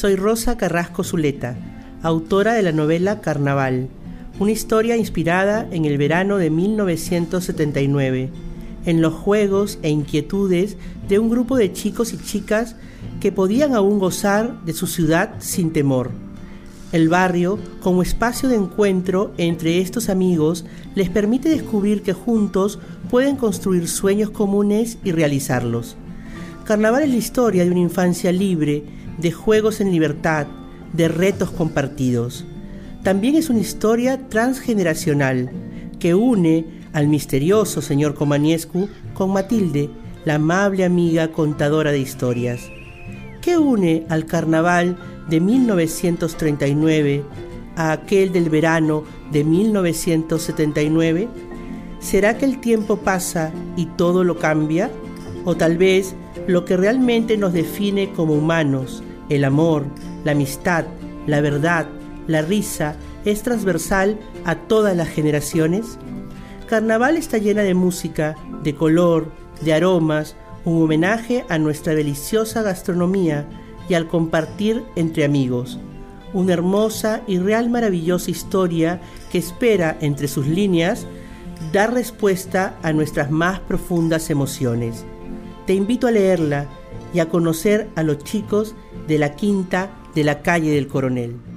Soy Rosa Carrasco Zuleta, autora de la novela Carnaval, una historia inspirada en el verano de 1979, en los juegos e inquietudes de un grupo de chicos y chicas que podían aún gozar de su ciudad sin temor. El barrio, como espacio de encuentro entre estos amigos, les permite descubrir que juntos pueden construir sueños comunes y realizarlos. Carnaval es la historia de una infancia libre, de juegos en libertad, de retos compartidos. También es una historia transgeneracional que une al misterioso señor Comaniescu con Matilde, la amable amiga contadora de historias. ¿Qué une al carnaval de 1939 a aquel del verano de 1979? ¿Será que el tiempo pasa y todo lo cambia? ¿O tal vez lo que realmente nos define como humanos, el amor, la amistad, la verdad, la risa, es transversal a todas las generaciones? Carnaval está llena de música, de color, de aromas, un homenaje a nuestra deliciosa gastronomía y al compartir entre amigos. Una hermosa y real maravillosa historia que espera entre sus líneas dar respuesta a nuestras más profundas emociones. Te invito a leerla y a conocer a los chicos de la quinta de la calle del Coronel.